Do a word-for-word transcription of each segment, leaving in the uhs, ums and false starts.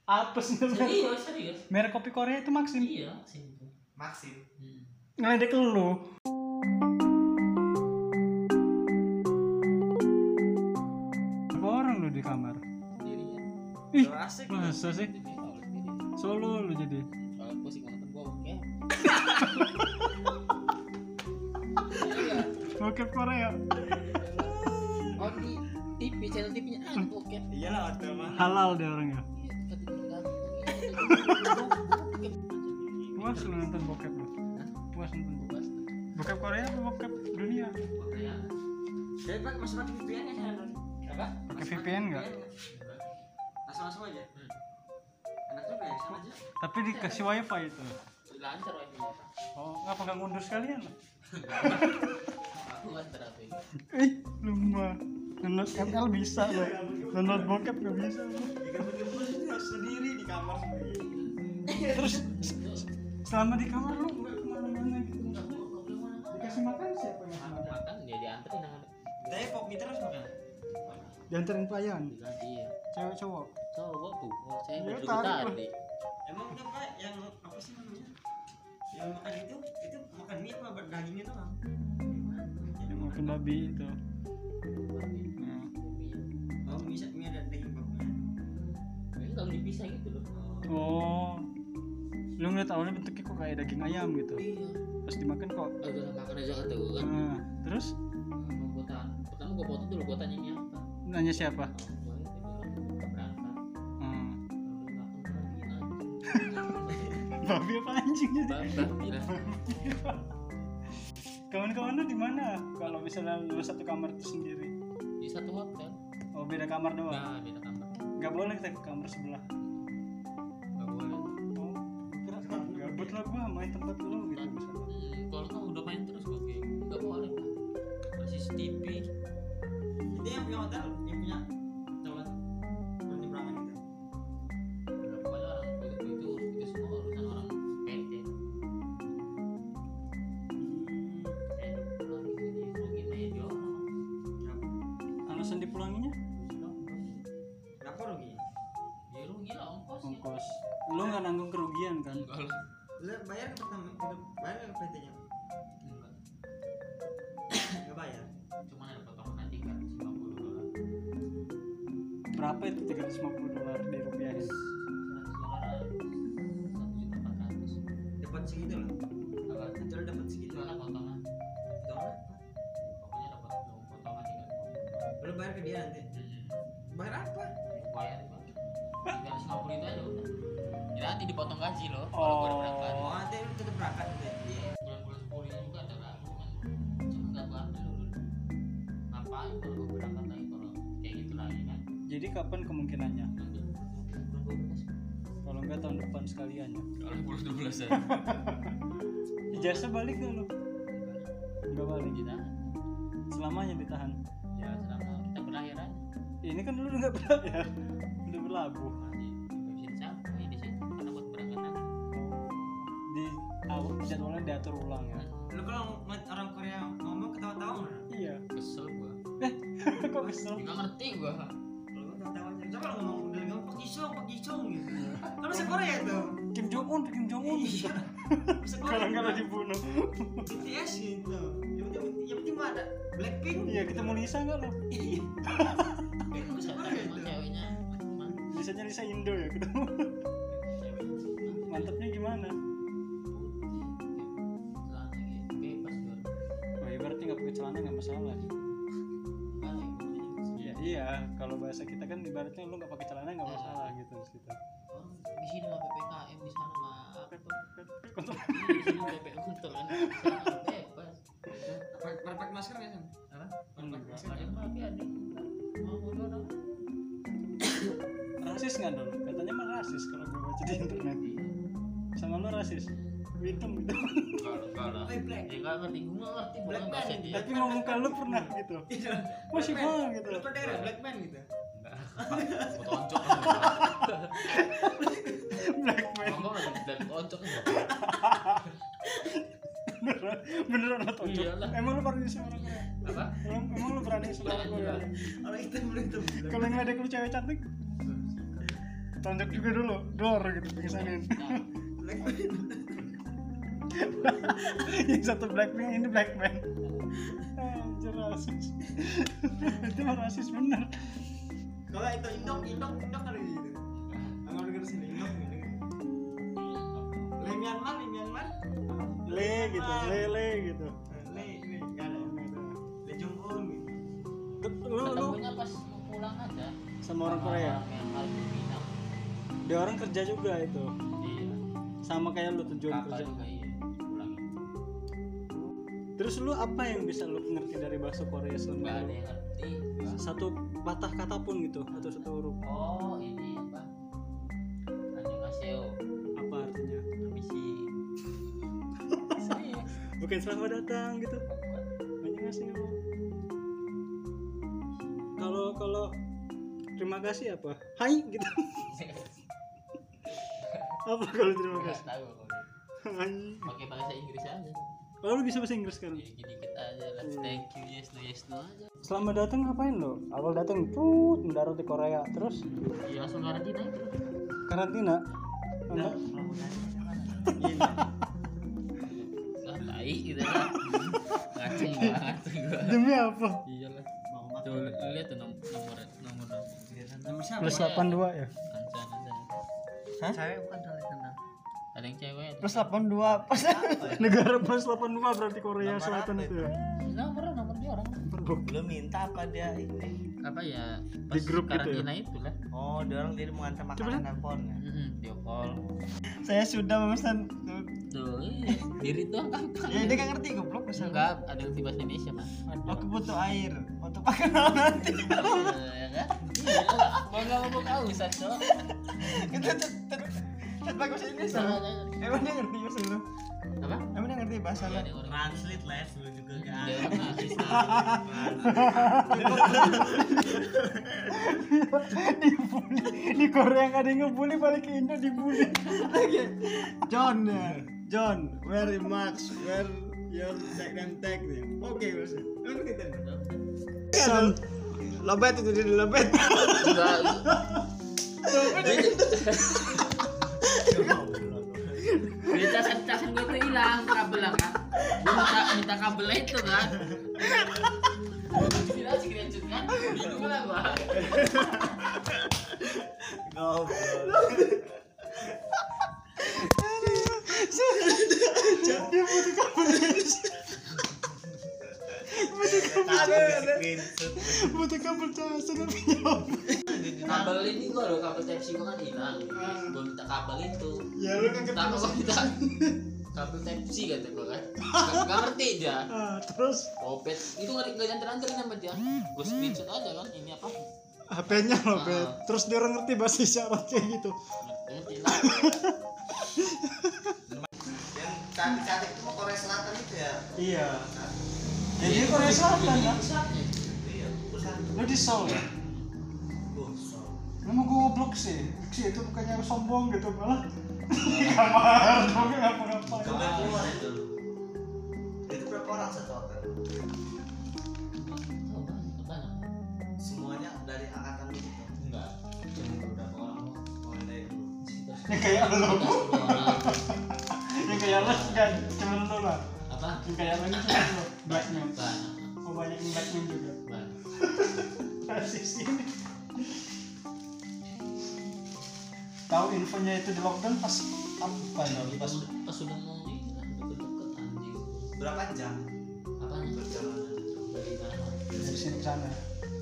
Apa sih? Serius, serius. Merek kopi Korea itu Maxim. Iya, Maxim itu. Maxim. Hmm. Ngeledek lu. Berapa orang lu di kamar? Sendirian. Ih, So asik. masa sih? Jadi kalau sendiri. Solo lu jadi. Kalau pusing nonton bokep. Bokep Korea. Oh di T V channel T V-nya ada bokep. Iyalah hotel mah. Halal dia orangnya. Iya, kata dia. Puas lu nonton bokep lu? Puas nonton bokep? Bebas. Bokep Korea apa bokep dunia? Korea. Jadi Pak masih pakai V P N ya sana? Apa? Pakai V P N nggak? Langsung-langsung aja. Enak juga ya sana aja. Tapi dikasih wifi itu. Lancar wifi-nya. Oh, ngapa nggak ngundur sekalian? Aku lancar H P. Ih, lu mah download M L bisa lo. Download bokep nggak bisa lo. Gabut-gabut itu harus sendiri di kamar sendiri. Terus selama di kamar lu nggak kemana-mana gitu? Dikasih makan siapa yang Aku makan? makan dia dianterin sama Tapi pop meter harus makan. Dianterin pelayan, diganti ya. cewek cowok. Cowok tuh, oh, saya Ya, berdua tarik lah. tadi. Emang udah Pak yang apa sih namanya? Yang makan itu itu makan mie apa dagingnya tuh? Yang makan babi itu. Nah. Oh, mie mie ada daging babinya. Ini kalau dipisah gitu loh. Oh, lu ngeliat awalnya bentuknya kok kayak daging ayam gitu. Iya. Pas dimakan kok. Oh, udah makan aja kata gue kan. Nah, terus Mau gue tahan. Pertama gue foto dulu, gue tanya ini apa. nanya siapa? Oh, gue itu bilang "Nggak berangkat. Hmm. Lalu nggak pernah lagi Babi apa anjing jadi? Babi lah. Kawan-kawan lu di mana? Kalau misalnya lu satu kamar itu sendiri. Di satu hotel. Oh, beda kamar doang. Nah, beda kamar. Gak boleh kita ke kamar sebelah. Nggak boleh. Oh, kira gabut lah gua main tempat lu gitu misalnya. Hmm, kalau kamu udah main terus gue kayak nggak boleh pak. Ada C C T V. Itu yang punya hotel, yang punya tempat penyeberangan itu. Udah pokoknya orang itu itu itu semua urusan orang P T. Eh, pulang sini, pulangin aja dia orang. Alasan dipulanginya? Kenapa rugi? Ya rugi lah ongkos ya. Ongkos. Lu nggak nanggung kerugian kan? Enggak lah. Lu bayar ke pertama, ke bayar ke P T-nya? Enggak. Enggak bayar. Cuma ada potongan nanti kan lima puluh dolar. Berapa itu tiga ratus lima puluh dolar di rupiahin? seratus dolar satu juta empat ratus. Dapat segitu loh. Apa? Hotel dapat segitu. Itu ada potongan. Tahu apa? Pokoknya dapat potongan tiga ratus. Lu bayar ke dia nanti. Bayar apa? Bayar itu tiga ratus lima puluh itu aja udah. Ya nanti dipotong gaji loh kalau gue udah berangkat. Oh, nanti lu tetap berangkat nanti. Iya, bulan-bulan sepuluh ini juga ada kan. Cuma nggak gue ambil dulu. Ngapain kalau gue berangkat lagi kalau kayak gitu lagi kan? Jadi kapan kemungkinannya? Nanti bulan dua belas. Kalau nggak tahun depan sekalian ya. Kalau bulan dua belas ya. Ijazah balik nggak lu? Nggak balik. Ditahan. Selamanya ditahan. Ya selama kita berlahiran Ini kan lu nggak berlayar, udah berlabuh. masih nggak bisa disampai di situ karena buat berangkat nanti. Di awal jadwalnya diatur ulang ya. Lu kalau ngeliat orang Korea ngomong ketawa-tawa nggak? Iya. Kesel gue. Kok kesel? Nggak ngerti gue. Kalau gua ketawa-tawa aja. Coba kalau ngomong udah ngomong Pak Jisung, Pak Jisung gitu. Kan bahasa Korea tuh. Kim Jong Un, Kim Jong Un. Iya. Bahasa Korea. Kalau nggak dibunuh. B T S gitu. Yang penting yang penting mah ada Blackpink. Iya, kita mau Lisa nggak lo? Iya. Itu bahasa Saya Korea emang itu. ceweknya emang Lisanya Lisa Indo ya ketemu. ceweknya Mantapnya gimana? celana gitu bebas gue. Oh iya, berarti nggak pakai celana nggak masalah. Balik. Iya, iya. Kalau bahasa kita kan ibaratnya lu nggak pakai celana nggak masalah gitu di situ. Orang di sini mah P P K M di sana mah apa? Kontrol. Di sini P P untuk kan sana bebas. Pakai pakai masker nggak sih? Apa? Enggak. Ada yang pakai ada yang enggak. Mau mau orang. Rasis nggak dong? Katanya mah rasis kalau gue baca di internet. Sama lu rasis? Hitam gitu. Enggak enggak lah. Hey, black. Ya enggak ngerti gue enggak ngerti Black bukan man. bahasa dia. Tapi ngomong ke lu pernah gitu. Iya. Masih Black man. bang gitu. Lu pada daerah Black man gitu. Enggak. Foto oncok. Black man. Ngomong lagi dan oncok ya. Beneran, beneran atau cok? Iyalah. Emang lu berani sama orang Korea? Apa? Emang, emang lu berani sama orang Korea? Orang hitam lu hitam. Kalau yang ngeledek lu cewek cantik? tonjok juga dulu, dor gitu pingsanin. Yang satu Blackpink, ini Blackpink. Anjir rasis. Itu mah rasis bener. Kalau itu indok indok indok ada gitu. Enggak denger sini indok gitu. Le Myanmar, Le Myanmar. Le gitu, le le gitu. Le le enggak ada. Le Jong Un gitu. Lu lu Ketemunya pas mau pulang aja sama orang Korea. yang paling minang. Dia orang kerja juga itu. Iya. Sama kayak lu tujuan Kakak kerja. juga iya. Pulang. Terus lu apa yang bisa lu ngerti dari bahasa Korea selama Enggak ada lu? yang ngerti. Satu patah kata pun gitu atau satu huruf. Oh, ini apa? Annyeonghaseyo. Apa artinya? Permisi. Serius. Bukan selamat datang gitu. Banyak ngasih lu. Kalau kalau terima kasih apa? Hai gitu. Apa kalau terima Enggak kasih? tahu kalau Hai. pakai bahasa Inggris aja. Oh, lu bisa bahasa Inggris sekarang? Dikit-dikit aja lah. Hmm. Thank you, yes no, yes no aja. Selamat datang ngapain lo? Awal datang tut mendarat di Korea terus Iya, langsung karantina itu. karantina. Enggak. Ah, tai gitu kan. Ngaceng banget gua. Demi apa? Iyalah. Tuh, lu lihat tuh nom- nomor nomor Nomor siapa? Plus delapan puluh dua ya. Kancan aja. Hah? Cewek bukan tali tendang. Ada yang cewek. ada Plus yang- delapan puluh dua pas. Negara plus delapan puluh dua berarti Korea Nomor Selatan apa itu ya. Nomor nomor dia orang. Belum minta apa dia ini? Apa ya? Di grup gitu ya? karantina itu lah. Oh, dia orang jadi mengantar Coba makanan lihat. telepon ya. Heeh, video call. Saya sudah memesan. Tuh, iya. Diri tuh gampang. Ya dia nggak ngerti goblok pesan. Enggak, ada yang bahasa Indonesia, Mas. Aku butuh air untuk pakai nanti. Eh, ya kan? Iya, mau enggak mau kau bisa, Cok. Kita tet tet tet pakai bahasa Indonesia. Emang dia ngerti bahasa lu? Apa? Emang dia ngerti bahasa lu? Iya, dia orang- Translate lah lu juga Dia kan. orang ngasih Dibully di Korea nggak ada yang ngebully balik ke Indo dibully. John ya. John, very much where your tag and tag nih. Oke, bahasa. Emang kita. Son. Lobet itu dia lobet. Enggak. Dia casan-casan gue tuh hilang kabel lah kan. Gue minta minta kabelnya itu kan. Gila sih screenshot kan. Bingung lah gua. Dia butuh kabel. Butuh kabel casan tapi nyawa. Kabel ini gua loh, kabel Type C gua kan hilang. Gua minta kabel itu. Ya lu kan Pertama gua minta kabel Type C kata gua kan. Gak, gak ngerti dia. Ah, terus Kopet itu nggak nggak jantar-jantarin sama dia. Gua screenshot aja kan ini apa? H P-nya loh, Ah. Bet. Terus dia orang ngerti bahasa isyarat kayak gitu. Ngerti lah. Yang cantik-cantik itu mau Korea Selatan itu ya. Iya. Jadi Korea Selatan ya. Iya, pusat. Lu di Seoul ya? Busol. Lu mau goblok sih. Sih itu bukannya sombong gitu malah. Kamar dong ngapa-ngapain. Kabar keluar itu. Itu berapa orang satu hotel? Semuanya dari angkatan lu gitu. Enggak. Cuma beberapa orang. Oh, dari dulu. Yang kayak lu. Yang kayak lu kan cuma lu lah. Apa? Yang kayak lu ini cuma lu. Blackman. Banyak. Oh banyak yang Blackman juga. Banyak. Rasis ini. Tahu infonya itu di lockdown pas apa nih? Pas Pas pas sudah mau ini lah, deket-deket anjing. Berapa jam Apanya? perjalanan itu? Dari mana? dari sini ke sana.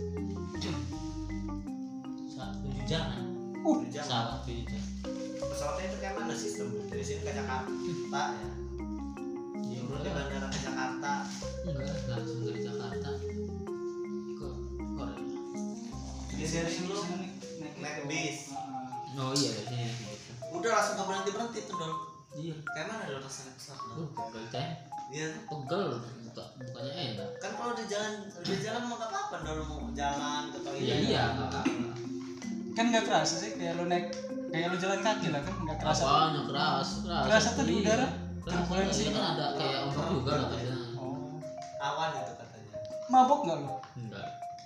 Sa- tujuh jam kan? Uh, Tujuh jam. Pesawat tujuh jam. Pesawatnya itu kayak mana sistem? Dari sini ke Jakarta ya. Ya Dari udah. bandara ke Jakarta. Enggak, langsung dari Jakarta ke Korea. Jadi dari sini lu naik bis. Oh iya, dari sini naik bis. Udah langsung ke berhenti berhenti tuh dong. Iya. Kayak mana lo rasanya pesawat Uh, dong? pegel ceng. Iya. Pegel, buka, bukannya enak. Kan kalau di jalan di jalan mau nggak apa-apa dong mau jalan ke toilet. Iya iya, nggak apa-apa. kan nggak kerasa sih kayak lu naik kayak lu jalan kaki lah kan nggak kerasa. Apaan yang keras, keras. Kerasa tuh di Iya. udara? Keras, Turbulensi. ini kan ada kayak ombak juga loh katanya. Oh. Awan itu katanya. Mabok nggak lu? Enggak.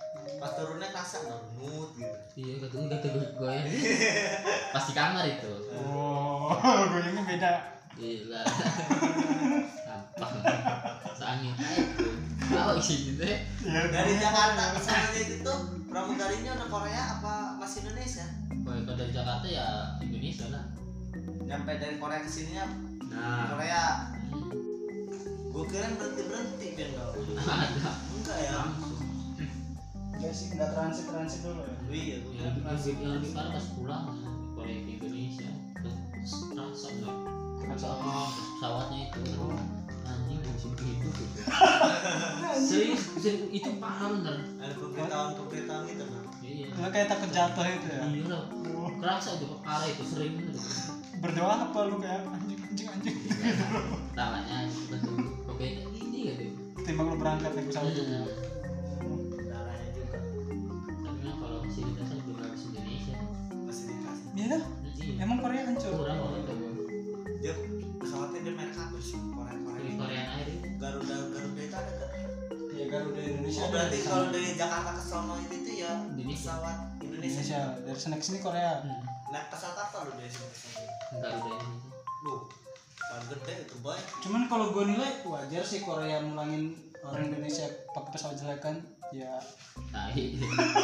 pas turunnya kerasa nut gitu. Iya kata kata gue goyang pasti kamar itu. Oh, goyangnya beda. Gila. Gampang. Sangit aja itu. Tahu sih gitu. Ya, Dari Jakarta ke sana itu tuh pramugarinya udah Korea apa masih Indonesia? Kalau dari Jakarta ya Indonesia lah. Nyampe dari Korea ke sininya Nah, Korea. hmm. Gue kira berhenti berhenti kan dong. Ada Enggak ya? langsung. enggak sih, enggak transit transit dulu ya. Iya, gue Yang lebih yang lebih parah pas pulang Korea ke Indonesia terus terasa nggak sama pesawatnya itu anjing musim hidup gitu. Serius, serius itu parah bener. ada pemberitahuan pemberitahuan gitu kan. Iya. Lo kayak takut jatuh itu ya. Iya lah. Oh, Kerasa itu parah itu sering bener. berdoa apa lu kayak anjing anjing anjing Tangannya betul. Oke, ini gitu. timbang lu berangkat naik pesawat itu. Darahnya juga Tapi memang kalau fasilitasnya belum habis Indonesia. masih dikasih. Iya dah. Iya. Emang Korea hancur. Kurang kalau itu. Dia pesawatnya dia merek apa sih? Korea Di Korea. Korean Air itu. Garuda Garuda itu ada kan? Ya Garuda Indonesia. Oh ada berarti di sana. kalau dari Jakarta ke sono itu tuh ya Indonesia. pesawat Indonesia. Indonesia dari sana ke sini Korea. Hmm. Naik pesawat apa lu dari sini ke sana? Enggak udah ini. Lu paling gede itu boy. Cuman kalau gue nilai wajar sih Korea mulangin orang Indonesia pakai pesawat jelek kan. Ya, Tai.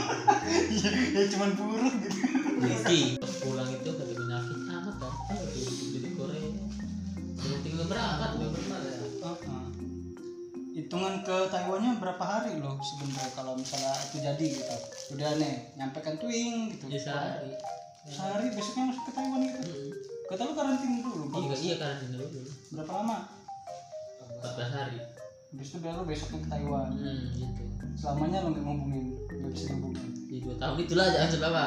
ya cuman buruk gitu. Rizky pas pulang itu kata penyakit amat kan. Ayo di di Korea. Belum tinggal berangkat belum pernah ya. Uh-uh. Hitungan ke Taiwannya berapa hari loh sebenarnya kalau misalnya itu jadi gitu. Udah nih, nyampe kan twing gitu. Ya sehari. Sehari besoknya langsung ke Taiwan gitu. Hmm. Kata lu karantina dulu. Iya bagus. iya karantina dulu. Berapa lama? empat belas hari. Habis itu baru besoknya ke Taiwan. Hmm gitu. Selamanya lo nggak ngomongin, nggak bisa ngomongin. Di dua tahun itulah jangan selama.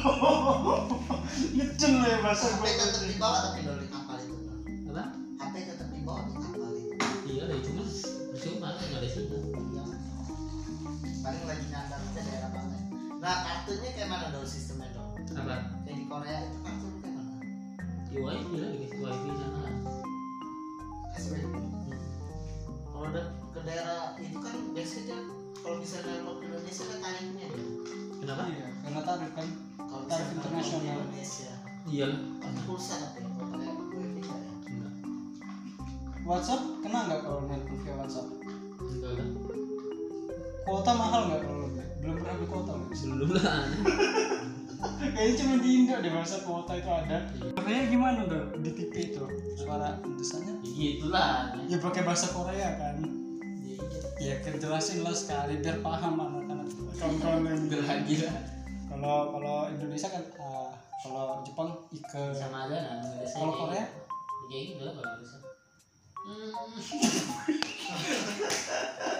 Ngeceng lo ya bahasa H P gue. tetap dibawa tapi dari kapal itu. Apa? H P tetap dibawa di kapal itu. Iya lah cuma cuma nggak ada sinyal. Iya. Paling lagi nyandar aja daerah mana. Nah kartunya kayak mana dong sistemnya dong? Apa? Kayak di Korea itu kartunya kayak mana? Di wifi lah dikasih wifi sana lah. Kasih wifi. Kalau udah ke daerah itu kan biasanya kalau bisa nelpon ke Indonesia kan tarifnya ya. Kenapa? Iya, karena tarif kan. Kalau bisa Tarif nelpon ke internasional. Indonesia. Iya lah. Pakai pulsa tapi ya, kalau pakai wifi nggak ya. Enggak. WhatsApp kena nggak kalau nelpon via WhatsApp? Enggak lah. Kuota mahal nggak kalau lu? Belum pernah beli kuota loh. Belum lah. Kayaknya cuma di Indo deh masa kuota itu ada. Korea gimana udah di T V itu suara tulisannya? Ya gitulah. Ya pakai bahasa Korea kan. Iya. Ya kejelasin lah sekali biar paham anak-anak kawan-kawan yang Enggak lagi lah. Kalau kalau Indonesia kan ah, kalau Jepang ike. Sama aja nah. Indonesia Kalau kayak Korea? gitu. Ya gitu lah kalau bisa. Hmm.